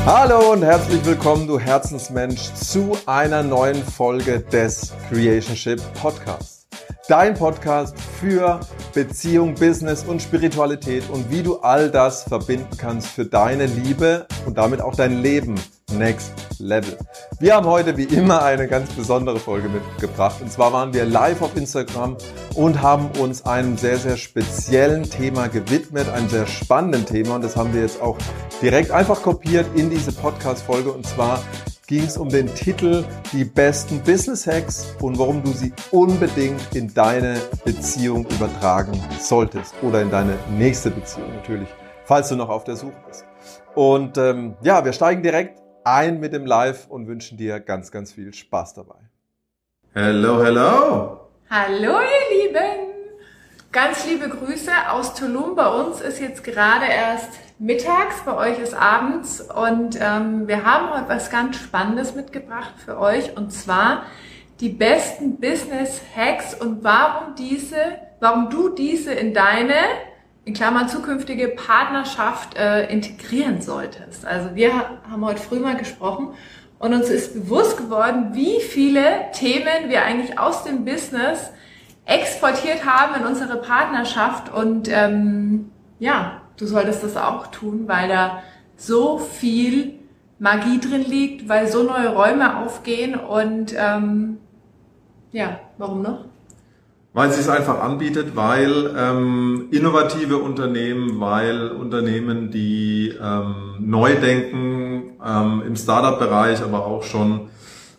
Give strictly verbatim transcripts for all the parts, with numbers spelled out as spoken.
Hallo und herzlich willkommen, du Herzensmensch, zu einer neuen Folge des Creationship Podcasts. Dein Podcast für Beziehung, Business und Spiritualität und wie du all das verbinden kannst für deine Liebe und damit auch dein Leben Next Level. Wir haben heute wie immer eine ganz besondere Folge mitgebracht. Und zwar waren wir live auf Instagram und haben uns einem sehr, sehr speziellen Thema gewidmet, einem sehr spannenden Thema. Und das haben wir jetzt auch direkt einfach kopiert in diese Podcast-Folge. Und zwar ging es um den Titel Die besten Business Hacks und warum du sie unbedingt in deine Beziehung übertragen solltest oder in deine nächste Beziehung natürlich, falls du noch auf der Suche bist. Und ähm, ja, wir steigen direkt ein mit dem Live und wünschen dir ganz, ganz viel Spaß dabei. Hello, hello! Hallo ihr Lieben! Ganz liebe Grüße aus Tulum. Bei uns ist jetzt gerade erst mittags, bei euch ist abends und ähm, wir haben heute was ganz Spannendes mitgebracht für euch und zwar die besten Business Hacks und warum diese, warum du diese in deine, in Klammern zukünftige Partnerschaft äh, integrieren solltest. Also wir haben heute früh mal gesprochen und uns ist bewusst geworden, wie viele Themen wir eigentlich aus dem Business exportiert haben in unsere Partnerschaft und ähm, ja, du solltest das auch tun, weil da so viel Magie drin liegt, weil so neue Räume aufgehen und ähm, ja, warum noch? Weil sie es einfach anbietet, weil ähm, innovative Unternehmen, weil Unternehmen, die ähm, neu denken, ähm, im Startup-Bereich, aber auch schon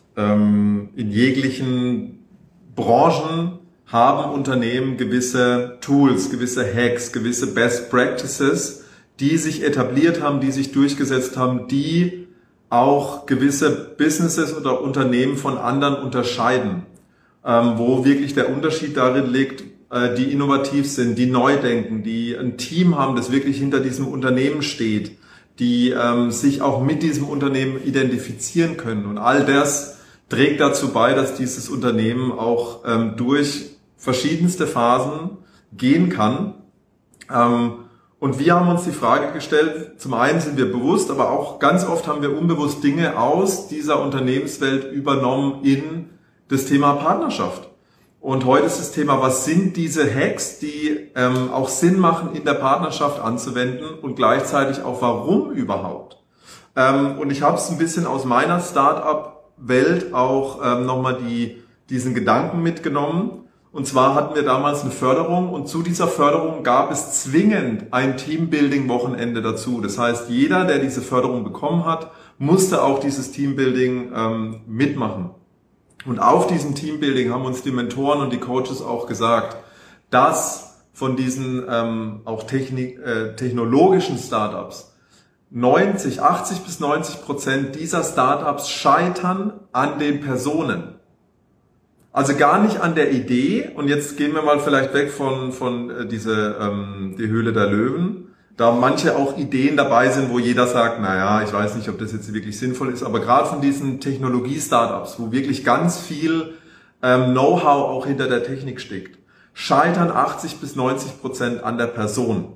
ähm, in jeglichen Branchen, haben Unternehmen gewisse Tools, gewisse Hacks, gewisse Best Practices, die sich etabliert haben, die sich durchgesetzt haben, die auch gewisse Businesses oder Unternehmen von anderen unterscheiden. Ähm, wo wirklich der Unterschied darin liegt, äh, die innovativ sind, die neu denken, die ein Team haben, das wirklich hinter diesem Unternehmen steht, die ähm, sich auch mit diesem Unternehmen identifizieren können. Und all das trägt dazu bei, dass dieses Unternehmen auch ähm, durch verschiedenste Phasen gehen kann. Ähm, und wir haben uns die Frage gestellt, zum einen sind wir bewusst, aber auch ganz oft haben wir unbewusst Dinge aus dieser Unternehmenswelt übernommen in das Thema Partnerschaft. Und heute ist das Thema, was sind diese Hacks, die ähm, auch Sinn machen, in der Partnerschaft anzuwenden und gleichzeitig auch warum überhaupt. Ähm, und ich habe es ein bisschen aus meiner Start-up-Welt auch ähm, nochmal die, diesen Gedanken mitgenommen. Und zwar hatten wir damals eine Förderung und zu dieser Förderung gab es zwingend ein Teambuilding-Wochenende dazu. Das heißt, jeder, der diese Förderung bekommen hat, musste auch dieses Teambuilding ähm, mitmachen. Und auf diesem Teambuilding haben uns die Mentoren und die Coaches auch gesagt, dass von diesen ähm, auch Technik, äh, technologischen Startups neunzig, achtzig bis neunzig Prozent dieser Startups scheitern an den Personen. Also gar nicht an der Idee. Und jetzt gehen wir mal vielleicht weg von von äh, diese ähm, die Höhle der Löwen. Da manche auch Ideen dabei sind, wo jeder sagt, naja, ich weiß nicht, ob das jetzt wirklich sinnvoll ist, aber gerade von diesen Technologie-Startups, wo wirklich ganz viel ähm, Know-how auch hinter der Technik steckt, scheitern achtzig bis neunzig Prozent an der Person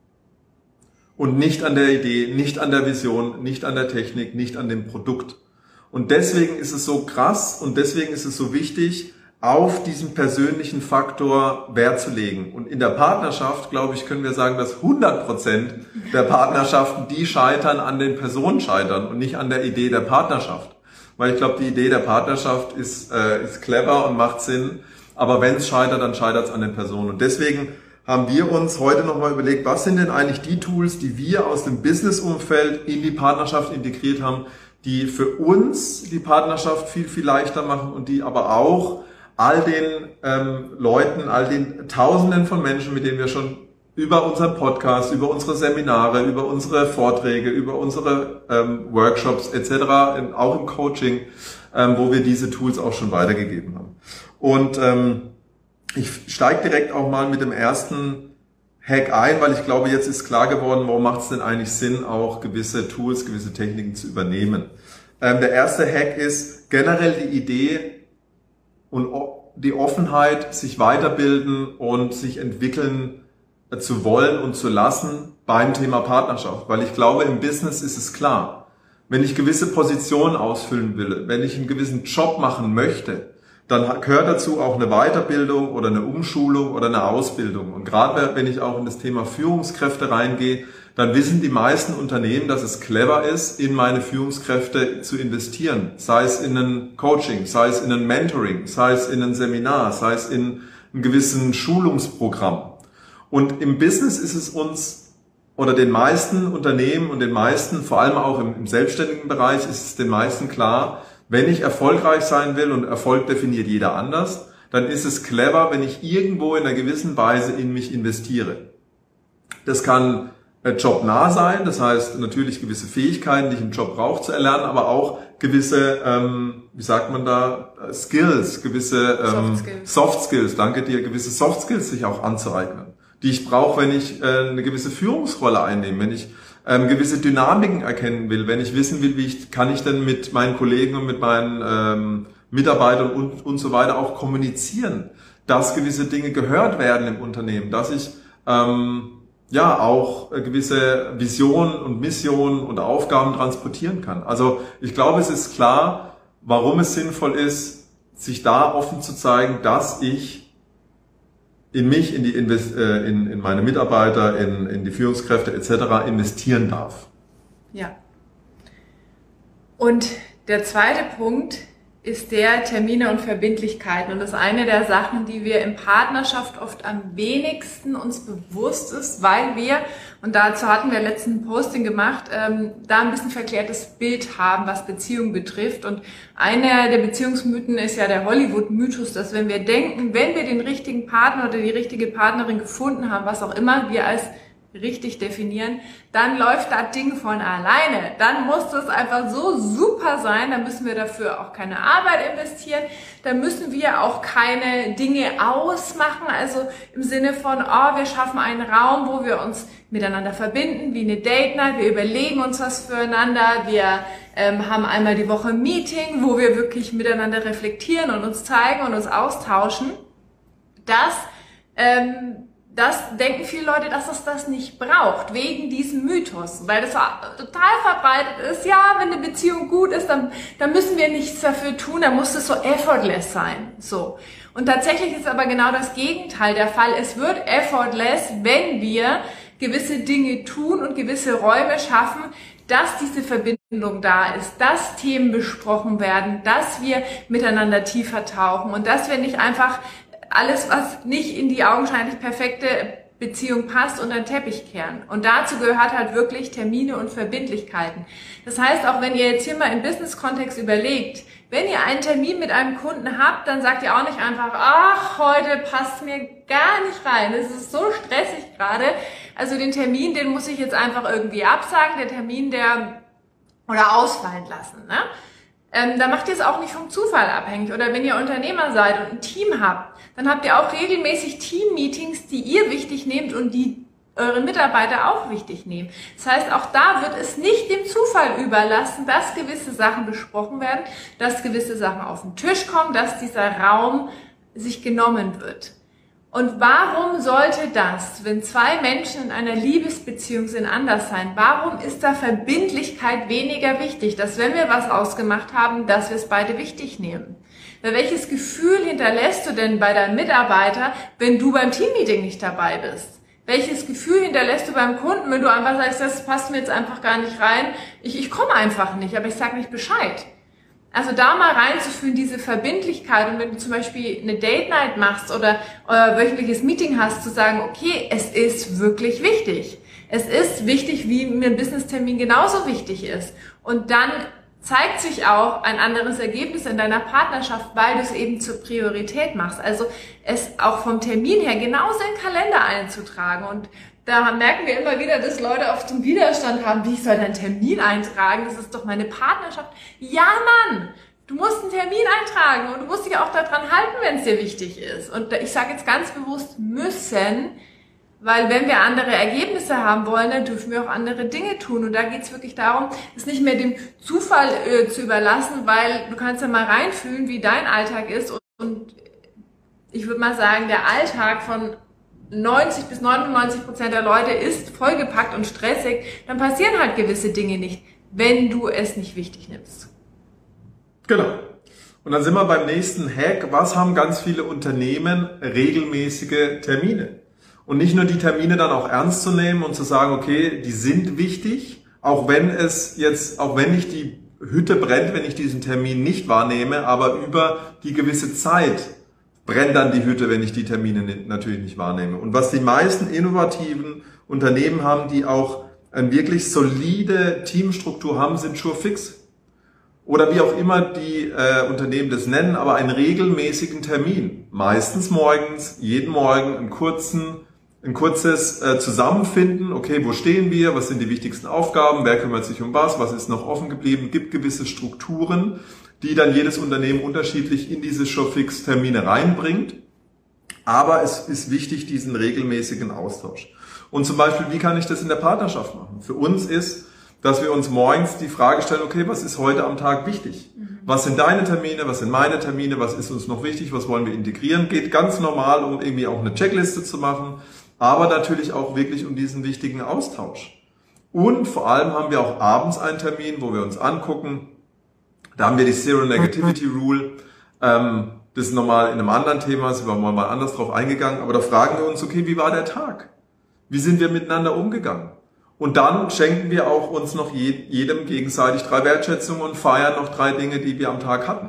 und nicht an der Idee, nicht an der Vision, nicht an der Technik, nicht an dem Produkt. Und deswegen ist es so krass und deswegen ist es so wichtig, auf diesen persönlichen Faktor Wert zu legen. Und in der Partnerschaft, glaube ich, können wir sagen, dass hundert Prozent der Partnerschaften, die scheitern, an den Personen scheitern und nicht an der Idee der Partnerschaft. Weil ich glaube, die Idee der Partnerschaft ist, äh, ist clever und macht Sinn. Aber wenn es scheitert, dann scheitert es an den Personen. Und deswegen haben wir uns heute nochmal überlegt, was sind denn eigentlich die Tools, die wir aus dem Business-Umfeld in die Partnerschaft integriert haben, die für uns die Partnerschaft viel, viel leichter machen und die aber auch all den ähm, Leuten, all den Tausenden von Menschen, mit denen wir schon über unseren Podcast, über unsere Seminare, über unsere Vorträge, über unsere ähm, Workshops et cetera, auch im Coaching, ähm, wo wir diese Tools auch schon weitergegeben haben. Und ähm, ich steige direkt auch mal mit dem ersten Hack ein, weil ich glaube, jetzt ist klar geworden, warum macht es denn eigentlich Sinn, auch gewisse Tools, gewisse Techniken zu übernehmen. Ähm, der erste Hack ist generell die Idee, und die Offenheit, sich weiterbilden und sich entwickeln zu wollen und zu lassen beim Thema Partnerschaft. Weil ich glaube, im Business ist es klar, Wenn ich gewisse Positionen ausfüllen will, wenn ich einen gewissen Job machen möchte, dann gehört dazu auch eine Weiterbildung oder eine Umschulung oder eine Ausbildung. Und gerade wenn ich auch in das Thema Führungskräfte reingehe, dann wissen die meisten Unternehmen, dass es clever ist, in meine Führungskräfte zu investieren. Sei es in ein Coaching, sei es in ein Mentoring, sei es in ein Seminar, sei es in einem gewissen Schulungsprogramm. Und im Business ist es uns oder den meisten Unternehmen und den meisten, vor allem auch im, im selbstständigen Bereich, ist es den meisten klar, wenn ich erfolgreich sein will, und Erfolg definiert jeder anders, dann ist es clever, wenn ich irgendwo in einer gewissen Weise in mich investiere. Das kann jobnah sein, das heißt natürlich gewisse Fähigkeiten, die ich im Job brauche, zu erlernen, aber auch gewisse, ähm, wie sagt man da, Skills, gewisse ähm, Soft Skills. Soft Skills, danke dir, gewisse Soft Skills sich auch anzueignen, die ich brauche, wenn ich äh, eine gewisse Führungsrolle einnehme, wenn ich ähm, gewisse Dynamiken erkennen will, wenn ich wissen will, wie ich, kann ich denn mit meinen Kollegen und mit meinen ähm, Mitarbeitern und, und so weiter auch kommunizieren, dass gewisse Dinge gehört werden im Unternehmen, dass ich ähm, ja auch gewisse Visionen und Missionen und Aufgaben transportieren kann. Also ich glaube, es ist klar, warum es sinnvoll ist, sich da offen zu zeigen, dass ich in mich, in die Invest in, in meine Mitarbeiter, in, in die Führungskräfte et cetera investieren darf. Ja. Und der zweite Punkt ist der Termine und Verbindlichkeiten. Und das ist eine der Sachen, die wir in Partnerschaft oft am wenigsten uns bewusst ist, weil wir, und dazu hatten wir letzten Posting gemacht, ähm, da ein bisschen verklärtes Bild haben, was Beziehungen betrifft. Und einer der Beziehungsmythen ist ja der Hollywood-Mythos, dass wenn wir denken, wenn wir den richtigen Partner oder die richtige Partnerin gefunden haben, was auch immer wir als richtig definieren, dann läuft das Ding von alleine. Dann muss das einfach so super sein, dann müssen wir dafür auch keine Arbeit investieren, dann müssen wir auch keine Dinge ausmachen, also im Sinne von, oh, wir schaffen einen Raum, wo wir uns miteinander verbinden, wie eine Date Night, wir überlegen uns was füreinander, wir ähm, haben einmal die Woche ein Meeting, wo wir wirklich miteinander reflektieren und uns zeigen und uns austauschen. Das ähm, Das denken viele Leute, dass es das nicht braucht, wegen diesem Mythos, weil das total verbreitet ist. Ja, wenn eine Beziehung gut ist, dann, dann müssen wir nichts dafür tun, dann muss es so effortless sein. So. Und tatsächlich ist aber genau das Gegenteil der Fall. Es wird effortless, wenn wir gewisse Dinge tun und gewisse Räume schaffen, dass diese Verbindung da ist, dass Themen besprochen werden, dass wir miteinander tiefer tauchen und dass wir nicht einfach alles, was nicht in die augenscheinlich perfekte Beziehung passt, unter den Teppich kehren. Und dazu gehört halt wirklich Termine und Verbindlichkeiten. Das heißt, auch wenn ihr jetzt hier mal im Business-Kontext überlegt, wenn ihr einen Termin mit einem Kunden habt, dann sagt ihr auch nicht einfach, ach, heute passt mir gar nicht rein, es ist so stressig gerade. Also den Termin, den muss ich jetzt einfach irgendwie absagen, der Termin, der, oder ausfallen lassen, ne? Ähm, da macht ihr es auch nicht vom Zufall abhängig. Oder wenn ihr Unternehmer seid und ein Team habt, dann habt ihr auch regelmäßig Team-Meetings, die ihr wichtig nehmt und die eure Mitarbeiter auch wichtig nehmen. Das heißt, auch da wird es nicht dem Zufall überlassen, dass gewisse Sachen besprochen werden, dass gewisse Sachen auf den Tisch kommen, dass dieser Raum sich genommen wird. Und warum sollte das, wenn zwei Menschen in einer Liebesbeziehung sind, anders sein? Warum ist da Verbindlichkeit weniger wichtig? Dass wenn wir was ausgemacht haben, dass wir es beide wichtig nehmen. Weil welches Gefühl hinterlässt du denn bei deinem Mitarbeiter, wenn du beim Teammeeting nicht dabei bist? Welches Gefühl hinterlässt du beim Kunden, wenn du einfach sagst, das passt mir jetzt einfach gar nicht rein, ich, ich komme einfach nicht, aber ich sage nicht Bescheid. Also da mal reinzuführen, diese Verbindlichkeit, und wenn du zum Beispiel eine Date Night machst oder euer wöchentliches Meeting hast, zu sagen, okay, es ist wirklich wichtig. Es ist wichtig, wie mir ein Business-Termin genauso wichtig ist. Und dann zeigt sich auch ein anderes Ergebnis in deiner Partnerschaft, weil du es eben zur Priorität machst. Also es auch vom Termin her genauso in den Kalender einzutragen. Und da merken wir immer wieder, dass Leute oft zum Widerstand haben, wie ich soll einen Termin eintragen, das ist doch meine Partnerschaft. Ja, Mann, du musst einen Termin eintragen und du musst dich auch daran halten, wenn es dir wichtig ist. Und ich sage jetzt ganz bewusst müssen, weil wenn wir andere Ergebnisse haben wollen, dann dürfen wir auch andere Dinge tun. Und da geht es wirklich darum, es nicht mehr dem Zufall äh, zu überlassen, weil du kannst ja mal reinfühlen, wie dein Alltag ist. Und, und ich würde mal sagen, der Alltag von neunzig bis neunundneunzig Prozent der Leute ist vollgepackt und stressig, dann passieren halt gewisse Dinge nicht. wenn du es nicht wichtig nimmst. Genau. Und dann sind wir beim nächsten Hack. Was haben ganz viele Unternehmen? Regelmäßige Termine. Und nicht nur die Termine dann auch ernst zu nehmen und zu sagen, okay, die sind wichtig, auch wenn es jetzt, auch wenn nicht die Hütte brennt, wenn ich diesen Termin nicht wahrnehme, aber über die gewisse Zeit brennt dann die Hütte, wenn ich die Termine natürlich nicht wahrnehme. Und was die meisten innovativen Unternehmen haben, die auch eine wirklich solide Teamstruktur haben, sind Surefix. Oder wie auch immer die äh, Unternehmen das nennen, aber einen regelmäßigen Termin. Meistens morgens, jeden Morgen einen kurzen, ein kurzes äh, Zusammenfinden. Okay, wo stehen wir? Was sind die wichtigsten Aufgaben? Wer kümmert sich um was? Was ist noch offen geblieben? Gibt gewisse Strukturen, die dann jedes Unternehmen unterschiedlich in diese Surefix-Termine reinbringt. Aber es ist wichtig, diesen regelmäßigen Austausch. Und zum Beispiel, wie kann ich das in der Partnerschaft machen? Für uns ist, dass wir uns morgens die Frage stellen, okay, was ist heute am Tag wichtig? Was sind deine Termine, was sind meine Termine, was ist uns noch wichtig, was wollen wir integrieren? Geht ganz normal, um irgendwie auch eine Checkliste zu machen, aber natürlich auch wirklich um diesen wichtigen Austausch. Und vor allem haben wir auch abends einen Termin, wo wir uns angucken, da haben wir die Zero Negativity Rule, ähm, das ist nochmal in einem anderen Thema, sind wir mal anders drauf eingegangen, aber da fragen wir uns, okay, wie war der Tag? Wie sind wir miteinander umgegangen? Und dann schenken wir auch uns noch jedem gegenseitig drei Wertschätzungen und feiern noch drei Dinge, die wir am Tag hatten.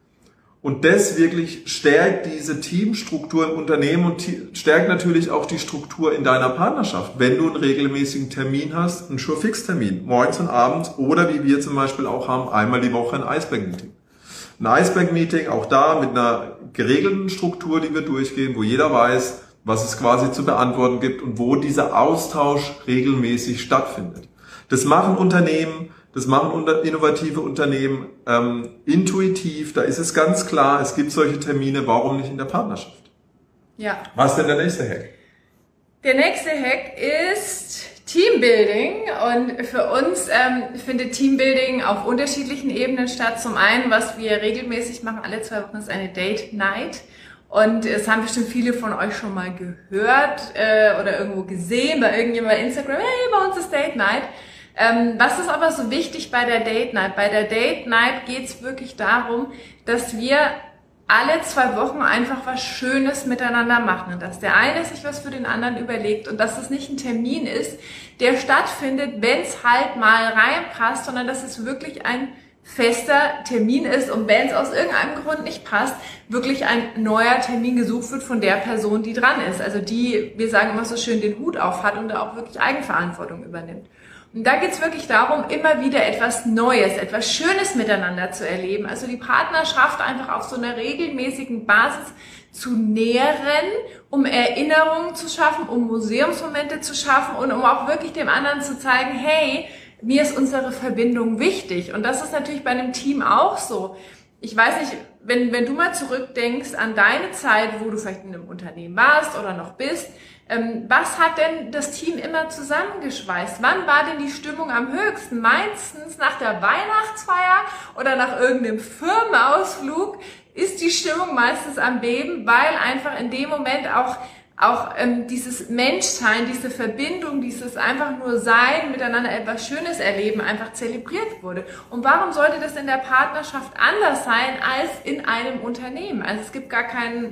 Und das wirklich stärkt diese Teamstruktur im Unternehmen und stärkt natürlich auch die Struktur in deiner Partnerschaft. Wenn du einen regelmäßigen Termin hast, einen Sure-Fix-Termin, morgens und abends oder wie wir zum Beispiel auch haben, einmal die Woche ein Iceberg-Meeting. Ein Iceberg-Meeting, auch da mit einer geregelten Struktur, die wir durchgehen, wo jeder weiß, was es quasi zu beantworten gibt und wo dieser Austausch regelmäßig stattfindet. Das machen Unternehmen, das machen innovative Unternehmen ähm, intuitiv, da ist es ganz klar, es gibt solche Termine, warum nicht in der Partnerschaft? Ja. Was ist denn der nächste Hack? Der nächste Hack ist Teambuilding und für uns ähm, findet Teambuilding auf unterschiedlichen Ebenen statt. Zum einen, was wir regelmäßig machen, alle zwei Wochen ist eine Date Night. Und es haben bestimmt viele von euch schon mal gehört äh, oder irgendwo gesehen bei irgendjemandem bei Instagram, hey, bei uns ist Date Night. Ähm, was ist aber so wichtig bei der Date Night? Bei der Date Night geht es wirklich darum, dass wir alle zwei Wochen einfach was Schönes miteinander machen. Und dass der eine sich was für den anderen überlegt und dass es nicht ein Termin ist, der stattfindet, wenn es halt mal reinpasst, sondern dass es wirklich ein fester Termin ist und wenn es aus irgendeinem Grund nicht passt, wirklich ein neuer Termin gesucht wird von der Person, die dran ist. Also die, wir sagen immer so schön, den Hut auf hat und da auch wirklich Eigenverantwortung übernimmt. Und da geht es wirklich darum, immer wieder etwas Neues, etwas Schönes miteinander zu erleben. Also die Partnerschaft einfach auf so einer regelmäßigen Basis zu nähren, um Erinnerungen zu schaffen, um Museumsmomente zu schaffen und um auch wirklich dem anderen zu zeigen, hey, mir ist unsere Verbindung wichtig. Und das ist natürlich bei einem Team auch so. Ich weiß nicht, wenn, wenn du mal zurückdenkst an deine Zeit, wo du vielleicht in einem Unternehmen warst oder noch bist, ähm, was hat denn das Team immer zusammengeschweißt? Wann war denn die Stimmung am höchsten? Meistens nach der Weihnachtsfeier oder nach irgendeinem Firmenausflug ist die Stimmung meistens am Beben, weil einfach in dem Moment auch Auch ähm, dieses Menschsein, diese Verbindung, dieses einfach nur Sein, miteinander etwas Schönes erleben, einfach zelebriert wurde. Und warum sollte das in der Partnerschaft anders sein als in einem Unternehmen? Also es gibt gar keinen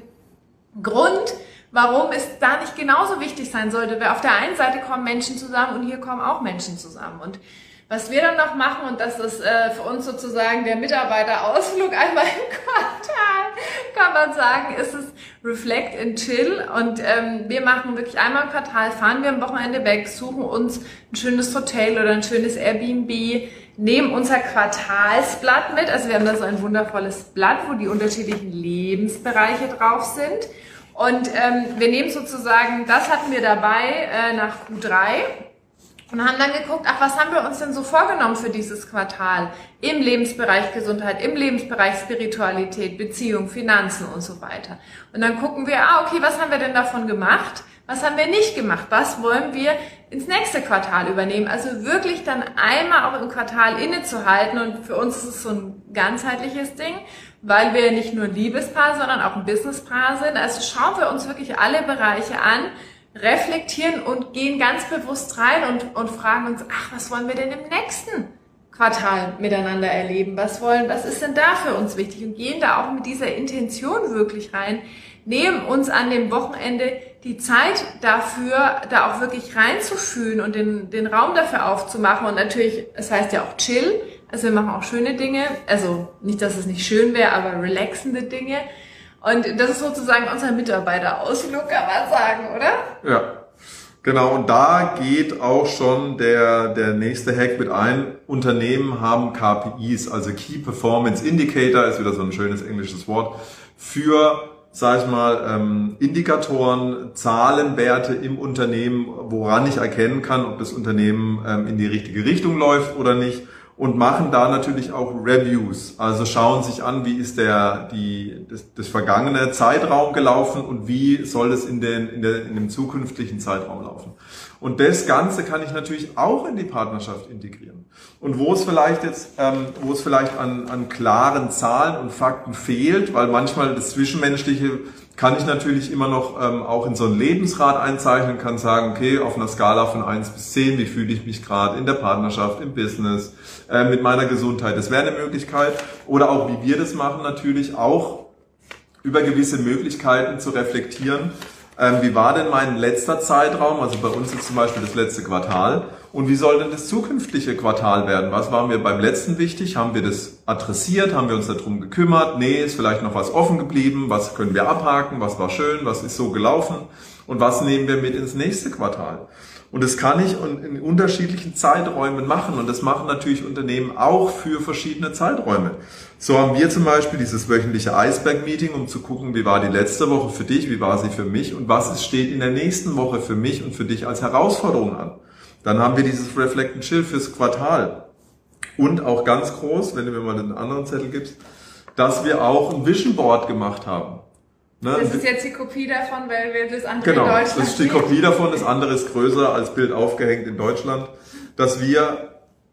Grund, warum es da nicht genauso wichtig sein sollte. Weil auf der einen Seite kommen Menschen zusammen und hier kommen auch Menschen zusammen. Und was wir dann noch machen, und das ist äh, für uns sozusagen der Mitarbeiterausflug einmal im Quartal, kann man sagen, ist es Reflect and Chill. Und ähm, wir machen wirklich einmal im Quartal, fahren wir am Wochenende weg, suchen uns ein schönes Hotel oder ein schönes Airbnb, nehmen unser Quartalsblatt mit. Also wir haben da so ein wundervolles Blatt, wo die unterschiedlichen Lebensbereiche drauf sind. Und ähm, wir nehmen sozusagen, das hatten wir dabei äh, nach Q drei. Und haben dann geguckt, ach, was haben wir uns denn so vorgenommen für dieses Quartal im Lebensbereich Gesundheit, im Lebensbereich Spiritualität, Beziehung, Finanzen und so weiter. Und dann gucken wir, ah, okay, was haben wir denn davon gemacht? Was haben wir nicht gemacht? Was wollen wir ins nächste Quartal übernehmen? Also wirklich dann einmal auch im Quartal innezuhalten. Und für uns ist es so ein ganzheitliches Ding, weil wir nicht nur ein Liebespaar, sondern auch ein Businesspaar sind. Also schauen wir uns wirklich alle Bereiche an, reflektieren und gehen ganz bewusst rein und, und fragen uns, ach, was wollen wir denn im nächsten Quartal miteinander erleben? Was wollen, was ist denn da für uns wichtig? Und gehen da auch mit dieser Intention wirklich rein, nehmen uns an dem Wochenende die Zeit dafür, da auch wirklich reinzufühlen und den, den Raum dafür aufzumachen. Und natürlich, es heißt ja auch chill, also wir machen auch schöne Dinge, also nicht, dass es nicht schön wäre, aber relaxende Dinge. Und das ist sozusagen unser Mitarbeiterausflug, kann man sagen, oder? Ja. Genau, und da geht auch schon der, der nächste Hack mit ein. Unternehmen haben K P Is, also Key Performance Indicator, ist wieder so ein schönes englisches Wort, für, sag ich mal, ähm, Indikatoren, Zahlenwerte im Unternehmen, woran ich erkennen kann, ob das Unternehmen ähm, in die richtige Richtung läuft oder nicht. Und machen da natürlich auch Reviews, also schauen sich an, wie ist der die das, das vergangene Zeitraum gelaufen und wie soll es in den in der in dem zukünftigen Zeitraum laufen. Und das Ganze kann ich natürlich auch in die Partnerschaft integrieren. Und wo es vielleicht jetzt ähm, wo es vielleicht an an klaren Zahlen und Fakten fehlt, weil manchmal das Zwischenmenschliche kann ich natürlich immer noch ähm, auch in so einen Lebensrat einzeichnen, kann sagen, okay, auf einer Skala von eins bis zehn, wie fühle ich mich gerade in der Partnerschaft, im Business, äh, mit meiner Gesundheit. Das wäre eine Möglichkeit. Oder auch, wie wir das machen, natürlich auch über gewisse Möglichkeiten zu reflektieren. Ähm, wie war denn mein letzter Zeitraum, also bei uns jetzt zum Beispiel das letzte Quartal, und wie soll denn das zukünftige Quartal werden? Was war mir beim letzten wichtig? Haben wir das adressiert? Haben wir uns darum gekümmert? Nee, ist vielleicht noch was offen geblieben? Was können wir abhaken? Was war schön? Was ist so gelaufen? Und was nehmen wir mit ins nächste Quartal? Und das kann ich in unterschiedlichen Zeiträumen machen. Und das machen natürlich Unternehmen auch für verschiedene Zeiträume. So haben wir zum Beispiel dieses wöchentliche Iceberg-Meeting, um zu gucken, wie war die letzte Woche für dich, wie war sie für mich und was steht in der nächsten Woche für mich und für dich als Herausforderung an. Dann haben wir dieses Reflect and Chill fürs Quartal. Und auch ganz groß, wenn du mir mal einen anderen Zettel gibst, dass wir auch ein Vision Board gemacht haben. Ne? Das ist jetzt die Kopie davon, weil wir das andere genau, in Deutschland Genau, das ist die Kopie davon, das andere ist größer als Bild aufgehängt in Deutschland, dass wir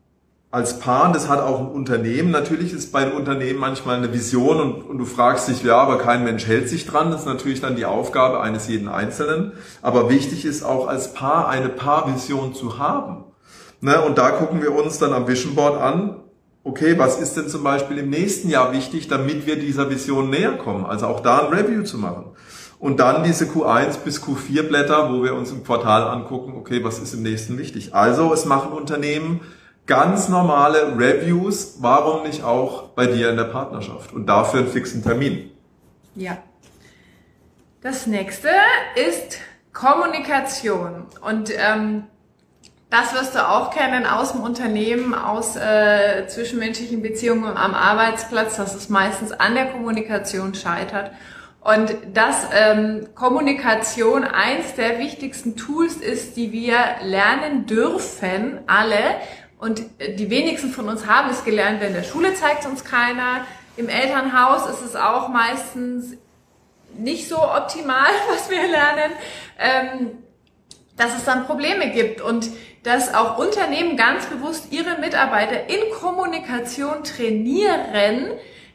als Paar, und das hat auch ein Unternehmen, natürlich ist bei einem Unternehmen manchmal eine Vision und, und du fragst dich, ja, aber kein Mensch hält sich dran, das ist natürlich dann die Aufgabe eines jeden Einzelnen, aber wichtig ist auch als Paar eine Paarvision zu haben. Ne? Und da gucken wir uns dann am Vision Board an, okay, was ist denn zum Beispiel im nächsten Jahr wichtig, damit wir dieser Vision näher kommen, also auch da ein Review zu machen. Und dann diese Q eins bis Q vier Blätter, wo wir uns im Quartal angucken, okay, was ist im nächsten wichtig. Also es machen Unternehmen ganz normale Reviews, warum nicht auch bei dir in der Partnerschaft und dafür einen fixen Termin. Ja. Das nächste ist Kommunikation und ähm, das wirst du auch kennen aus dem Unternehmen, aus äh, zwischenmenschlichen Beziehungen am Arbeitsplatz, dass es meistens an der Kommunikation scheitert. Und dass ähm, Kommunikation eins der wichtigsten Tools ist, die wir lernen dürfen, alle. Und die wenigsten von uns haben es gelernt, denn in der Schule zeigt uns keiner. Im Elternhaus ist es auch meistens nicht so optimal, was wir lernen, ähm, dass es dann Probleme gibt und dass auch Unternehmen ganz bewusst ihre Mitarbeiter in Kommunikation trainieren,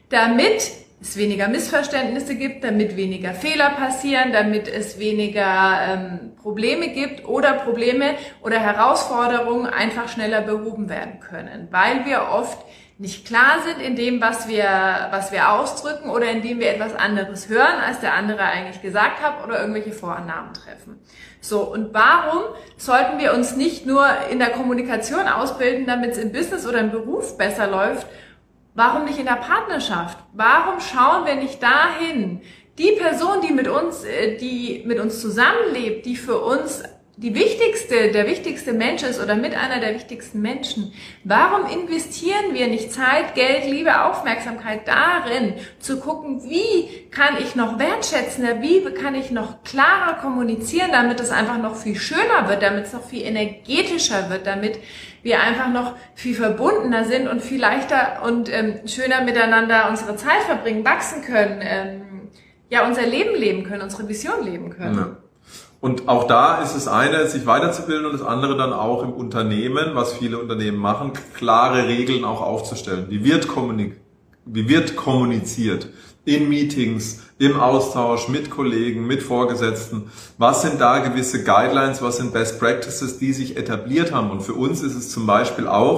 damit es weniger Missverständnisse gibt, damit weniger Fehler passieren, damit es weniger ähm, Probleme gibt oder Probleme oder Herausforderungen einfach schneller behoben werden können, weil wir oft nicht klar sind in dem, was wir, was wir ausdrücken oder in dem wir etwas anderes hören, als der andere eigentlich gesagt hat oder irgendwelche Vorannahmen treffen. So, und warum sollten wir uns nicht nur in der Kommunikation ausbilden, damit es im Business oder im Beruf besser läuft? Warum nicht in der Partnerschaft? Warum schauen wir nicht dahin? Die Person, die mit uns, die mit uns zusammenlebt, die für uns die wichtigste, der wichtigste Mensch ist oder mit einer der wichtigsten Menschen. Warum investieren wir nicht Zeit, Geld, Liebe, Aufmerksamkeit darin, zu gucken, wie kann ich noch wertschätzender, wie kann ich noch klarer kommunizieren, damit es einfach noch viel schöner wird, damit es noch viel energetischer wird, damit wir einfach noch viel verbundener sind und viel leichter und ähm, schöner miteinander unsere Zeit verbringen, wachsen können, ähm, ja, unser Leben leben können, unsere Vision leben können. Ja. Und auch da ist es eine, sich weiterzubilden und das andere dann auch im Unternehmen, was viele Unternehmen machen, klare Regeln auch aufzustellen. Wie wird kommunik- wie wird kommuniziert in Meetings, im Austausch mit Kollegen, mit Vorgesetzten? Was sind da gewisse Guidelines, was sind Best Practices, die sich etabliert haben? Und für uns ist es zum Beispiel auch,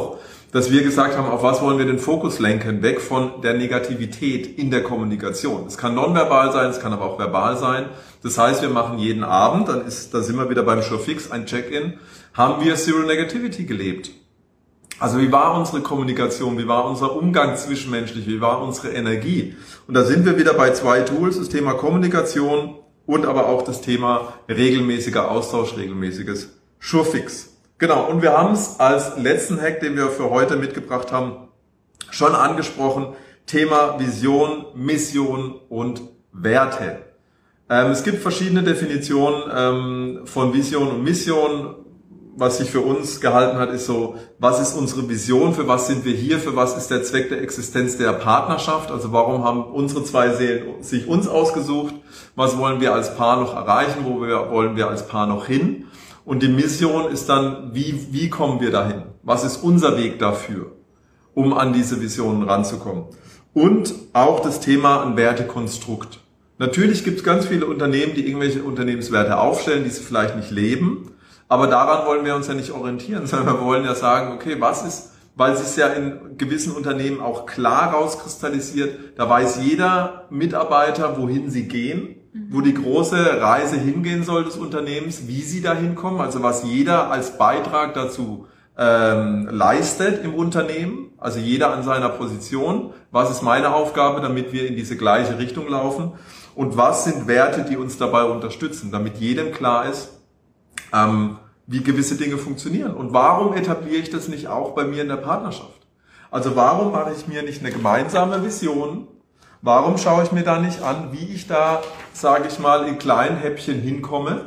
dass wir gesagt haben, auf was wollen wir den Fokus lenken, weg von der Negativität in der Kommunikation. Es kann nonverbal sein, es kann aber auch verbal sein. Das heißt, wir machen jeden Abend, dann ist, da sind wir wieder beim Showfix, ein Check-in, haben wir Zero Negativity gelebt. Also wie war unsere Kommunikation, wie war unser Umgang zwischenmenschlich, wie war unsere Energie? Und da sind wir wieder bei zwei Tools, das Thema Kommunikation und aber auch das Thema regelmäßiger Austausch, regelmäßiges Showfix. Genau, und wir haben es als letzten Hack, den wir für heute mitgebracht haben, schon angesprochen, Thema Vision, Mission und Werte. Ähm, es gibt verschiedene Definitionen ähm, von Vision und Mission. Was sich für uns gehalten hat, ist so, was ist unsere Vision, für was sind wir hier, für was ist der Zweck der Existenz der Partnerschaft, also warum haben unsere zwei Seelen sich uns ausgesucht, was wollen wir als Paar noch erreichen, wo wir, wollen wir als Paar noch hin. Und die Mission ist dann, wie, wie kommen wir dahin? Was ist unser Weg dafür, um an diese Visionen ranzukommen? Und auch das Thema ein Wertekonstrukt. Natürlich gibt es ganz viele Unternehmen, die irgendwelche Unternehmenswerte aufstellen, die sie vielleicht nicht leben. Aber daran wollen wir uns ja nicht orientieren, sondern wir wollen ja sagen, okay, was ist, weil es sich ja in gewissen Unternehmen auch klar rauskristallisiert, da weiß jeder Mitarbeiter, wohin sie gehen, wo die große Reise hingehen soll des Unternehmens, wie sie da hinkommen, also was jeder als Beitrag dazu ähm, leistet im Unternehmen, also jeder an seiner Position, was ist meine Aufgabe, damit wir in diese gleiche Richtung laufen und was sind Werte, die uns dabei unterstützen, damit jedem klar ist, ähm, wie gewisse Dinge funktionieren. Und warum etabliere ich das nicht auch bei mir in der Partnerschaft? Also warum mache ich mir nicht eine gemeinsame Vision? Warum schaue ich mir da nicht an, wie ich da, sage ich mal, in kleinen Häppchen hinkomme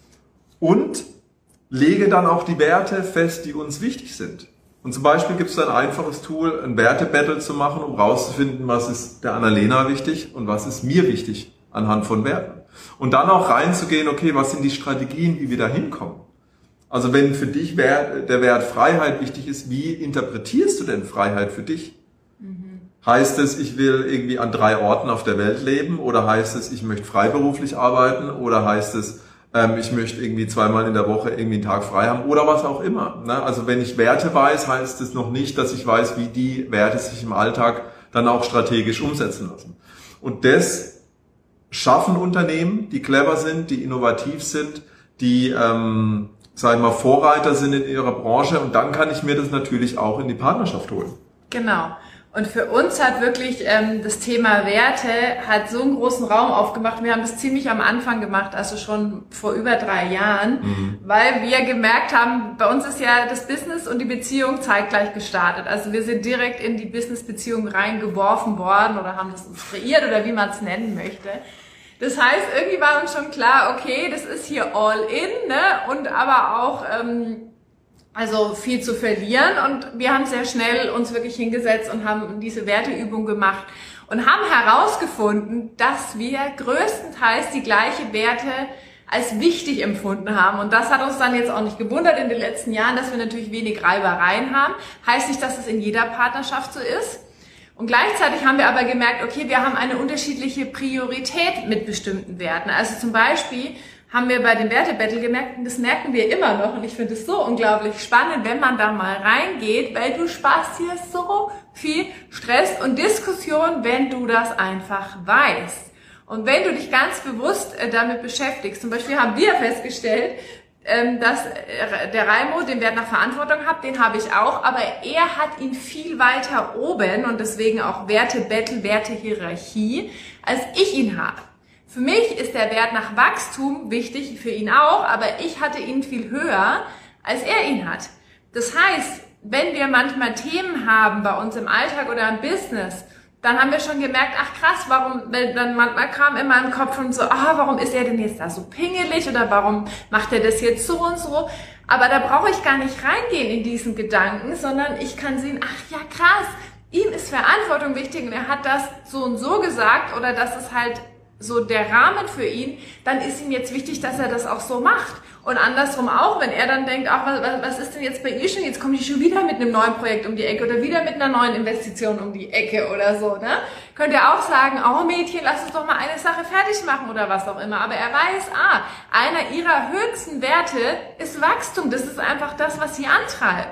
und lege dann auch die Werte fest, die uns wichtig sind. Und zum Beispiel gibt es ein einfaches Tool, ein Wertebattle zu machen, um rauszufinden, was ist der Annalena wichtig und was ist mir wichtig anhand von Werten. Und dann auch reinzugehen, okay, was sind die Strategien, wie wir da hinkommen? Also wenn für dich Wert, der Wert Freiheit wichtig ist, wie interpretierst du denn Freiheit für dich? Mhm. Heißt es, ich will irgendwie an drei Orten auf der Welt leben? Oder heißt es, ich möchte freiberuflich arbeiten? Oder heißt es, ähm, ich möchte irgendwie zweimal in der Woche irgendwie einen Tag frei haben? Oder was auch immer. Ne? Also wenn ich Werte weiß, heißt es noch nicht, dass ich weiß, wie die Werte sich im Alltag dann auch strategisch umsetzen lassen. Und das schaffen Unternehmen, die clever sind, die innovativ sind, die, ähm, sag ich mal, Vorreiter sind in ihrer Branche. Und dann kann ich mir das natürlich auch in die Partnerschaft holen. Genau. Und für uns hat wirklich ähm, das Thema Werte hat so einen großen Raum aufgemacht. Wir haben das ziemlich am Anfang gemacht, also schon vor über drei Jahren, mhm. weil wir gemerkt haben, bei uns ist ja das Business und die Beziehung zeitgleich gestartet. Also wir sind direkt in die Business-Beziehung reingeworfen worden oder haben das uns kreiert oder wie man es nennen möchte. Das heißt, irgendwie war uns schon klar, okay, das ist hier all in, ne? Und aber auch ähm, also viel zu verlieren. Und wir haben sehr schnell uns wirklich hingesetzt und haben diese Werteübung gemacht und haben herausgefunden, dass wir größtenteils die gleichen Werte als wichtig empfunden haben. Und das hat uns dann jetzt auch nicht gewundert in den letzten Jahren, dass wir natürlich wenig Reibereien haben. Heißt nicht, dass es in jeder Partnerschaft so ist. Und gleichzeitig haben wir aber gemerkt, okay, wir haben eine unterschiedliche Priorität mit bestimmten Werten. Also zum Beispiel haben wir bei dem Wertebattle gemerkt, und das merken wir immer noch, und ich finde es so unglaublich spannend, wenn man da mal reingeht, weil du sparst hier so viel Stress und Diskussion, wenn du das einfach weißt. Und wenn du dich ganz bewusst damit beschäftigst, zum Beispiel haben wir festgestellt, dass der Raimo den Wert nach Verantwortung hat, den habe ich auch, aber er hat ihn viel weiter oben und deswegen auch Wertebattle, Wertehierarchie, als ich ihn habe. Für mich ist der Wert nach Wachstum wichtig, für ihn auch, aber ich hatte ihn viel höher, als er ihn hat. Das heißt, wenn wir manchmal Themen haben bei uns im Alltag oder im Business, dann haben wir schon gemerkt, ach krass, warum, dann manchmal kam immer im Kopf und so, ah, warum ist er denn jetzt da so pingelig oder warum macht er das jetzt so und so? Aber da brauche ich gar nicht reingehen in diesen Gedanken, sondern ich kann sehen, ach ja krass, ihm ist Verantwortung wichtig und er hat das so und so gesagt oder das ist halt so der Rahmen für ihn, dann ist ihm jetzt wichtig, dass er das auch so macht. Und andersrum auch, wenn er dann denkt, ach, was, was ist denn jetzt bei ihr schon? Jetzt kommt die schon wieder mit einem neuen Projekt um die Ecke oder wieder mit einer neuen Investition um die Ecke oder so, ne? Könnt ihr auch sagen, oh Mädchen, lass uns doch mal eine Sache fertig machen oder was auch immer. Aber er weiß, ah, einer ihrer höchsten Werte ist Wachstum. Das ist einfach das, was sie antreibt.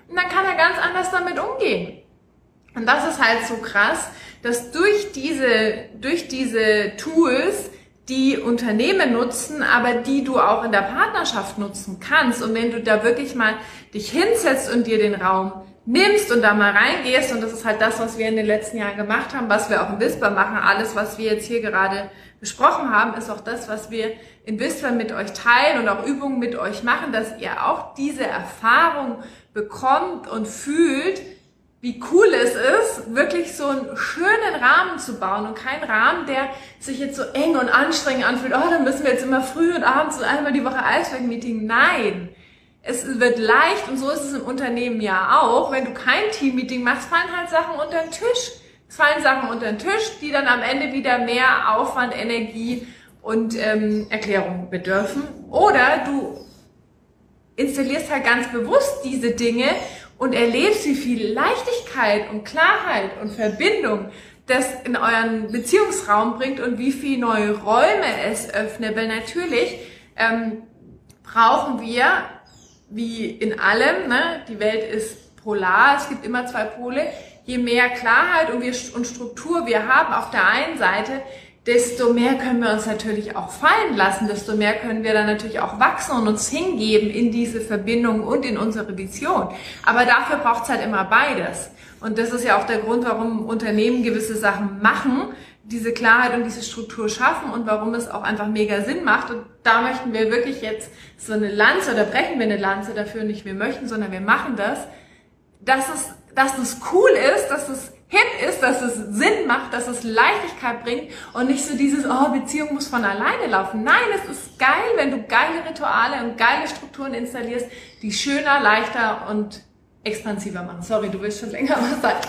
und dann kann er ganz anders damit umgehen. Und das ist halt so krass, dass durch diese, durch diese Tools, die Unternehmen nutzen, aber die du auch in der Partnerschaft nutzen kannst. Und wenn du da wirklich mal dich hinsetzt und dir den Raum nimmst und da mal reingehst, und das ist halt das, was wir in den letzten Jahren gemacht haben, was wir auch in Whisper machen, alles, was wir jetzt hier gerade besprochen haben, ist auch das, was wir in Whisper mit euch teilen und auch Übungen mit euch machen, dass ihr auch diese Erfahrung bekommt und fühlt, wie cool es ist, wirklich so einen schönen Rahmen zu bauen und kein Rahmen, der sich jetzt so eng und anstrengend anfühlt, oh, dann müssen wir jetzt immer früh und abends und einmal die Woche Eisberg-Meeting. Nein, es wird leicht, und so ist es im Unternehmen ja auch. Wenn du kein Team-Meeting machst, fallen halt Sachen unter den Tisch. Es fallen Sachen unter den Tisch, die dann am Ende wieder mehr Aufwand, Energie und ähm, Erklärung bedürfen. Oder du installierst halt ganz bewusst diese Dinge und erlebst, wie viel Leichtigkeit und Klarheit und Verbindung das in euren Beziehungsraum bringt und wie viel neue Räume es öffnet. Weil natürlich ähm, brauchen wir, wie in allem, ne, die Welt ist polar, es gibt immer zwei Pole, je mehr Klarheit und, wir, und Struktur wir haben auf der einen Seite, desto mehr können wir uns natürlich auch fallen lassen, desto mehr können wir dann natürlich auch wachsen und uns hingeben in diese Verbindung und in unsere Vision. Aber dafür braucht es halt immer beides. Und das ist ja auch der Grund, warum Unternehmen gewisse Sachen machen, diese Klarheit und diese Struktur schaffen und warum es auch einfach mega Sinn macht. Und da möchten wir wirklich jetzt so eine Lanze, oder brechen wir eine Lanze dafür, nicht wir möchten, sondern wir machen das, dass es, dass es cool ist, dass es hip ist, dass es Sinn macht, dass es Leichtigkeit bringt und nicht so dieses, oh, Beziehung muss von alleine laufen. Nein, es ist geil, wenn du geile Rituale und geile Strukturen installierst, die schöner, leichter und expansiver machen. Sorry, du willst schon länger was sagen.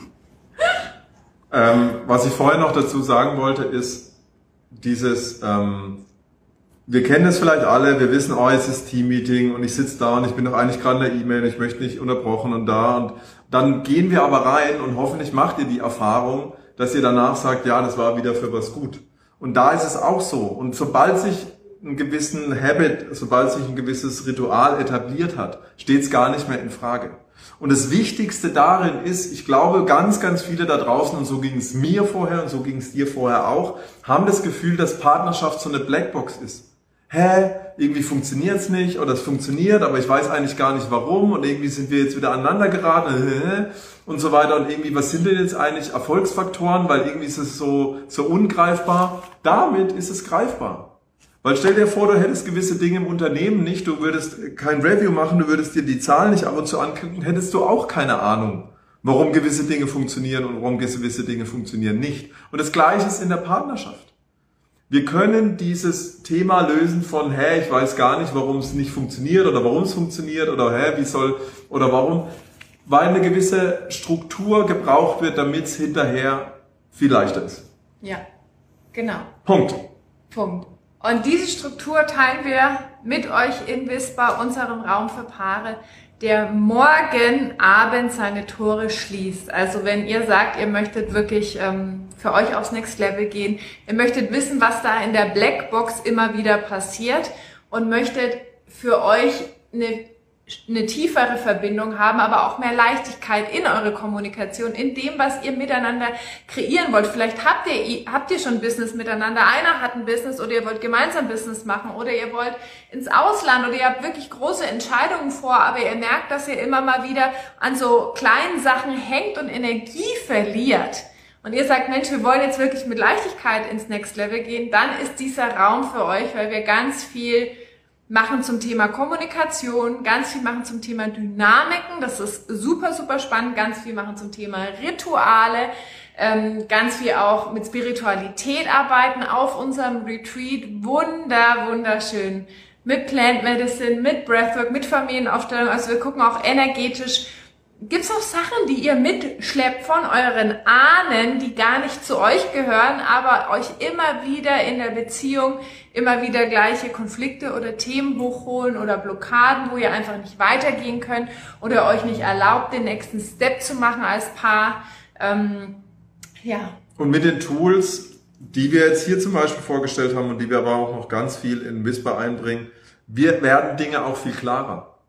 Ähm, was ich vorher noch dazu sagen wollte, ist dieses, ähm, wir kennen das vielleicht alle, wir wissen, oh, es ist Team-Meeting und ich sitze da und ich bin doch eigentlich gerade in der E-Mail, ich möchte nicht unterbrochen und da, und dann gehen wir aber rein und hoffentlich macht ihr die Erfahrung, dass ihr danach sagt, ja, das war wieder für was gut. Und da ist es auch so. Und sobald sich einen gewissen Habit, sobald sich ein gewisses Ritual etabliert hat, steht es gar nicht mehr in Frage. Und das Wichtigste darin ist, ich glaube, ganz, ganz viele da draußen, und so ging es mir vorher und so ging es dir vorher auch, haben das Gefühl, dass Partnerschaft so eine Blackbox ist. Hä, irgendwie funktioniert's nicht, oder es funktioniert, aber ich weiß eigentlich gar nicht warum, und irgendwie sind wir jetzt wieder aneinander geraten und so weiter, und irgendwie, was sind denn jetzt eigentlich Erfolgsfaktoren, weil irgendwie ist es so, so ungreifbar. Damit ist es greifbar. Weil stell dir vor, du hättest gewisse Dinge im Unternehmen nicht, du würdest kein Review machen, du würdest dir die Zahlen nicht ab und zu angucken, hättest du auch keine Ahnung, warum gewisse Dinge funktionieren und warum gewisse Dinge funktionieren nicht. Und das Gleiche ist in der Partnerschaft. Wir können dieses Thema lösen von, hä, ich weiß gar nicht, warum es nicht funktioniert oder warum es funktioniert oder hä, wie soll, oder warum, weil eine gewisse Struktur gebraucht wird, damit es hinterher viel leichter ist. Ja, genau. Punkt. Punkt. Und diese Struktur teilen wir mit euch in Whisper, unserem Raum für Paare, der morgen Abend seine Tore schließt. Also wenn ihr sagt, ihr möchtet wirklich ähm, für euch aufs Next Level gehen, ihr möchtet wissen, was da in der Blackbox immer wieder passiert und möchtet für euch eine eine tiefere Verbindung haben, aber auch mehr Leichtigkeit in eure Kommunikation, in dem, was ihr miteinander kreieren wollt. Vielleicht habt ihr, habt ihr schon Business miteinander, einer hat ein Business oder ihr wollt gemeinsam Business machen oder ihr wollt ins Ausland oder ihr habt wirklich große Entscheidungen vor, aber ihr merkt, dass ihr immer mal wieder an so kleinen Sachen hängt und Energie verliert. Und ihr sagt, Mensch, wir wollen jetzt wirklich mit Leichtigkeit ins Next Level gehen, dann ist dieser Raum für euch, weil wir ganz viel machen zum Thema Kommunikation, ganz viel machen zum Thema Dynamiken, das ist super, super spannend, ganz viel machen zum Thema Rituale, ähm, ganz viel auch mit Spiritualität arbeiten auf unserem Retreat, wunder, wunderschön, mit Plant Medicine, mit Breathwork, mit Familienaufstellung, also wir gucken auch energetisch. Gibt's auch Sachen, die ihr mitschleppt von euren Ahnen, die gar nicht zu euch gehören, aber euch immer wieder in der Beziehung immer wieder gleiche Konflikte oder Themen hochholen oder Blockaden, wo ihr einfach nicht weitergehen könnt oder euch nicht erlaubt, den nächsten Step zu machen als Paar. Ähm, ja. Und mit den Tools, die wir jetzt hier zum Beispiel vorgestellt haben und die wir aber auch noch ganz viel in Whisper einbringen, wir werden Dinge auch viel klarer.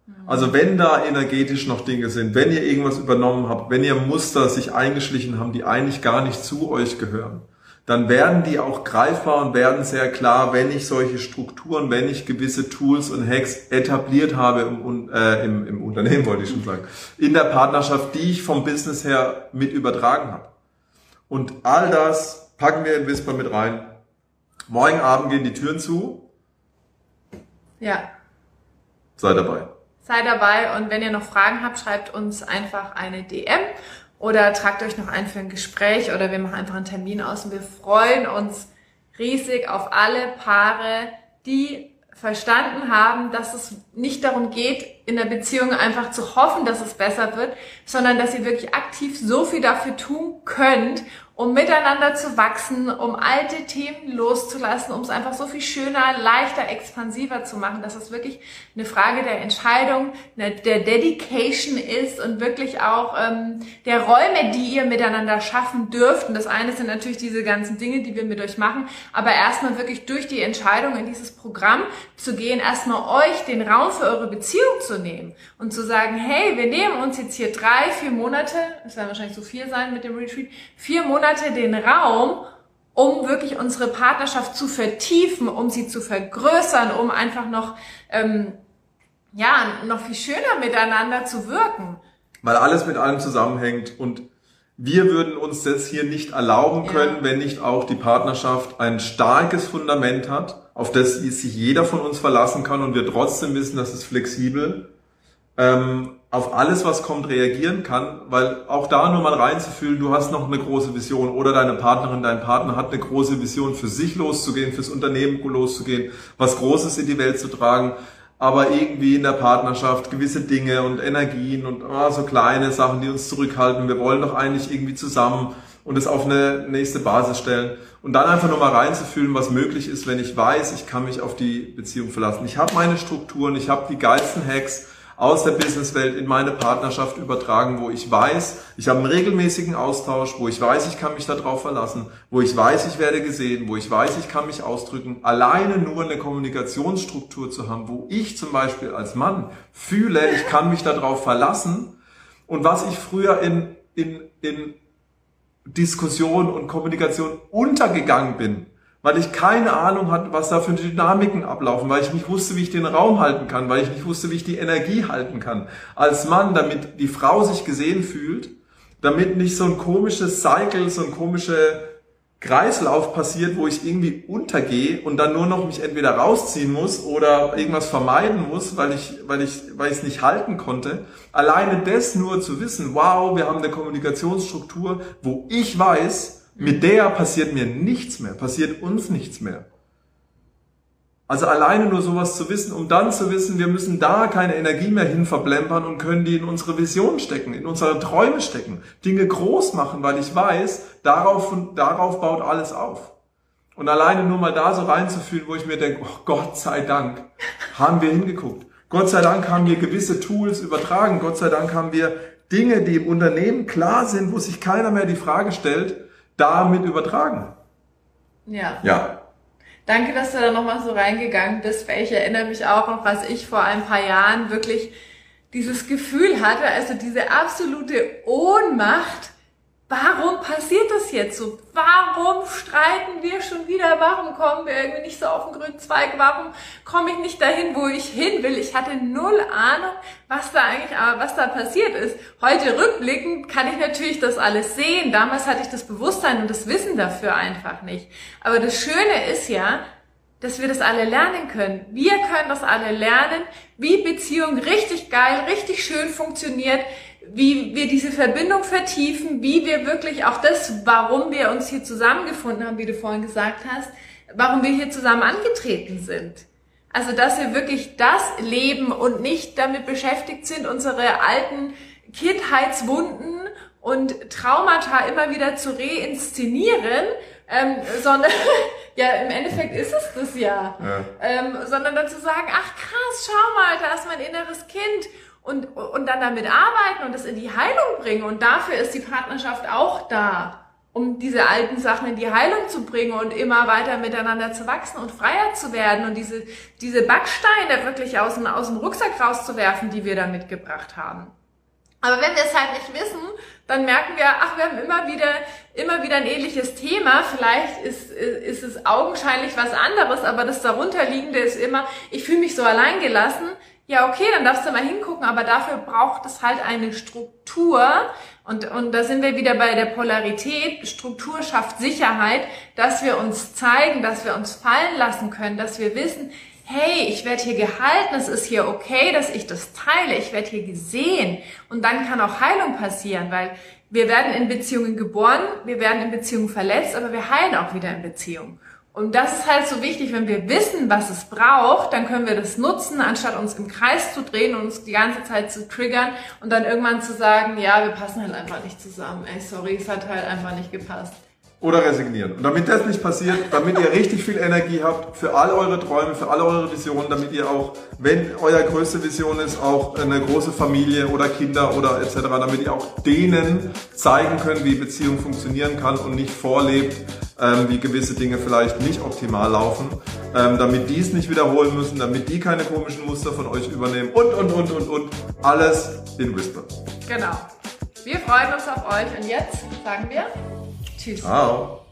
Also wenn da energetisch noch Dinge sind, wenn ihr irgendwas übernommen habt, wenn ihr Muster sich eingeschlichen haben, die eigentlich gar nicht zu euch gehören, dann werden die auch greifbar und werden sehr klar, wenn ich solche Strukturen, wenn ich gewisse Tools und Hacks etabliert habe im, äh, im, im Unternehmen, wollte ich schon sagen, in der Partnerschaft, die ich vom Business her mit übertragen habe. Und all das packen wir in Whisper mit rein. Morgen Abend gehen die Türen zu. Ja. Sei dabei. Sei dabei und wenn ihr noch Fragen habt, schreibt uns einfach eine D M oder tragt euch noch ein für ein Gespräch oder wir machen einfach einen Termin aus und wir freuen uns riesig auf alle Paare, die verstanden haben, dass es nicht darum geht, in der Beziehung einfach zu hoffen, dass es besser wird, sondern dass ihr wirklich aktiv so viel dafür tun könnt, um miteinander zu wachsen, um alte Themen loszulassen, um es einfach so viel schöner, leichter, expansiver zu machen, dass es wirklich eine Frage der Entscheidung, der Dedication ist und wirklich auch ähm, der Räume, die ihr miteinander schaffen dürft. Und das eine sind natürlich diese ganzen Dinge, die wir mit euch machen, aber erstmal wirklich durch die Entscheidung in dieses Programm zu gehen, erstmal euch den Raum für eure Beziehung zu nehmen und zu sagen, hey, wir nehmen uns jetzt hier drei, vier Monate, es werden wahrscheinlich so vier sein mit dem Retreat, vier Monate den Raum, um wirklich unsere Partnerschaft zu vertiefen, um sie zu vergrößern, um einfach noch, ähm, ja, noch viel schöner miteinander zu wirken. Weil alles mit allem zusammenhängt und wir würden uns das hier nicht erlauben können, ja. wenn nicht auch die Partnerschaft ein starkes Fundament hat, auf das sich jeder von uns verlassen kann und wir trotzdem wissen, dass es flexibel ähm, auf alles, was kommt, reagieren kann, weil auch da nur mal reinzufühlen, du hast noch eine große Vision oder deine Partnerin, dein Partner hat eine große Vision, für sich loszugehen, fürs Unternehmen loszugehen, was Großes in die Welt zu tragen, aber irgendwie in der Partnerschaft gewisse Dinge und Energien und oh, so kleine Sachen, die uns zurückhalten, wir wollen doch eigentlich irgendwie zusammen und es auf eine nächste Basis stellen und dann einfach nur mal reinzufühlen, was möglich ist, wenn ich weiß, ich kann mich auf die Beziehung verlassen. Ich habe meine Strukturen, ich habe die geilsten Hacks aus der Businesswelt in meine Partnerschaft übertragen, wo ich weiß, ich habe einen regelmäßigen Austausch, wo ich weiß, ich kann mich darauf verlassen, wo ich weiß, ich werde gesehen, wo ich weiß, ich kann mich ausdrücken. Alleine nur eine Kommunikationsstruktur zu haben, wo ich zum Beispiel als Mann fühle, ich kann mich darauf verlassen und was ich früher in, in, in Diskussion und Kommunikation untergegangen bin, weil ich keine Ahnung hatte, was da für Dynamiken ablaufen, weil ich nicht wusste, wie ich den Raum halten kann, weil ich nicht wusste, wie ich die Energie halten kann. Als Mann, damit die Frau sich gesehen fühlt, damit nicht so ein komisches Cycle, so ein komischer Kreislauf passiert, wo ich irgendwie untergehe und dann nur noch mich entweder rausziehen muss oder irgendwas vermeiden muss, weil ich, weil ich, weil ich es nicht halten konnte. Alleine das nur zu wissen, wow, wir haben eine Kommunikationsstruktur, wo ich weiß, mit der passiert mir nichts mehr, passiert uns nichts mehr. Also alleine nur sowas zu wissen, um dann zu wissen, wir müssen da keine Energie mehr hin verplempern und können die in unsere Vision stecken, in unsere Träume stecken, Dinge groß machen, weil ich weiß, darauf, darauf baut alles auf. Und alleine nur mal da so reinzufühlen, wo ich mir denke, oh Gott sei Dank, haben wir hingeguckt. Gott sei Dank haben wir gewisse Tools übertragen. Gott sei Dank haben wir Dinge, die im Unternehmen klar sind, wo sich keiner mehr die Frage stellt, damit übertragen. Ja. Ja. Danke, dass du da nochmal so reingegangen bist, weil ich erinnere mich auch noch, was ich vor ein paar Jahren wirklich dieses Gefühl hatte, also diese absolute Ohnmacht. Warum passiert das jetzt so? Warum streiten wir schon wieder? Warum kommen wir irgendwie nicht so auf den grünen Zweig? Warum komme ich nicht dahin, wo ich hin will? Ich hatte null Ahnung, was da eigentlich, aber was da passiert ist. Heute rückblickend kann ich natürlich das alles sehen. Damals hatte ich das Bewusstsein und das Wissen dafür einfach nicht. Aber das Schöne ist ja, dass wir das alle lernen können. Wir können das alle lernen, wie Beziehung richtig geil, richtig schön funktioniert, wie wir diese Verbindung vertiefen, wie wir wirklich auch das, warum wir uns hier zusammengefunden haben, wie du vorhin gesagt hast, warum wir hier zusammen angetreten sind. Also, dass wir wirklich das leben und nicht damit beschäftigt sind, unsere alten Kindheitswunden und Traumata immer wieder zu reinszenieren, ähm, sondern, ja, im Endeffekt ist es das ja, ja. Ähm, sondern dann zu sagen, ach krass, schau mal, da ist mein inneres Kind. Und, und dann damit arbeiten und das in die Heilung bringen. Und dafür ist die Partnerschaft auch da. um diese alten Sachen in die Heilung zu bringen und immer weiter miteinander zu wachsen und freier zu werden und diese, diese Backsteine wirklich aus dem, aus dem Rucksack rauszuwerfen, die wir da mitgebracht haben. Aber wenn wir es halt nicht wissen, dann merken wir, ach, wir haben immer wieder, immer wieder ein ähnliches Thema. Vielleicht ist, ist es augenscheinlich was anderes, aber das darunterliegende ist immer, ich fühle mich so alleingelassen. Ja, okay, dann darfst du mal hingucken, aber dafür braucht es halt eine Struktur. Und, und da sind wir wieder bei der Polarität. Struktur schafft Sicherheit, dass wir uns zeigen, dass wir uns fallen lassen können, dass wir wissen, hey, ich werde hier gehalten, es ist hier okay, dass ich das teile, ich werde hier gesehen. Und dann kann auch Heilung passieren, weil wir werden in Beziehungen geboren, wir werden in Beziehungen verletzt, aber wir heilen auch wieder in Beziehungen. Und das ist halt so wichtig, wenn wir wissen, was es braucht, dann können wir das nutzen, anstatt uns im Kreis zu drehen und uns die ganze Zeit zu triggern und dann irgendwann zu sagen, ja, wir passen halt einfach nicht zusammen. Ey, sorry, es hat halt einfach nicht gepasst. Oder resignieren. Und damit das nicht passiert, damit ihr richtig viel Energie habt für all eure Träume, für alle eure Visionen, damit ihr auch, wenn euer größte Vision ist, auch eine große Familie oder Kinder oder et cetera, damit ihr auch denen zeigen könnt, wie Beziehung funktionieren kann und nicht vorlebt, ähm, wie gewisse Dinge vielleicht nicht optimal laufen, ähm, damit die es nicht wiederholen müssen, damit die keine komischen Muster von euch übernehmen und, und, und, und, und. Alles in Whisper. Genau. Wir freuen uns auf euch und jetzt sagen wir Tschüss. Ciao.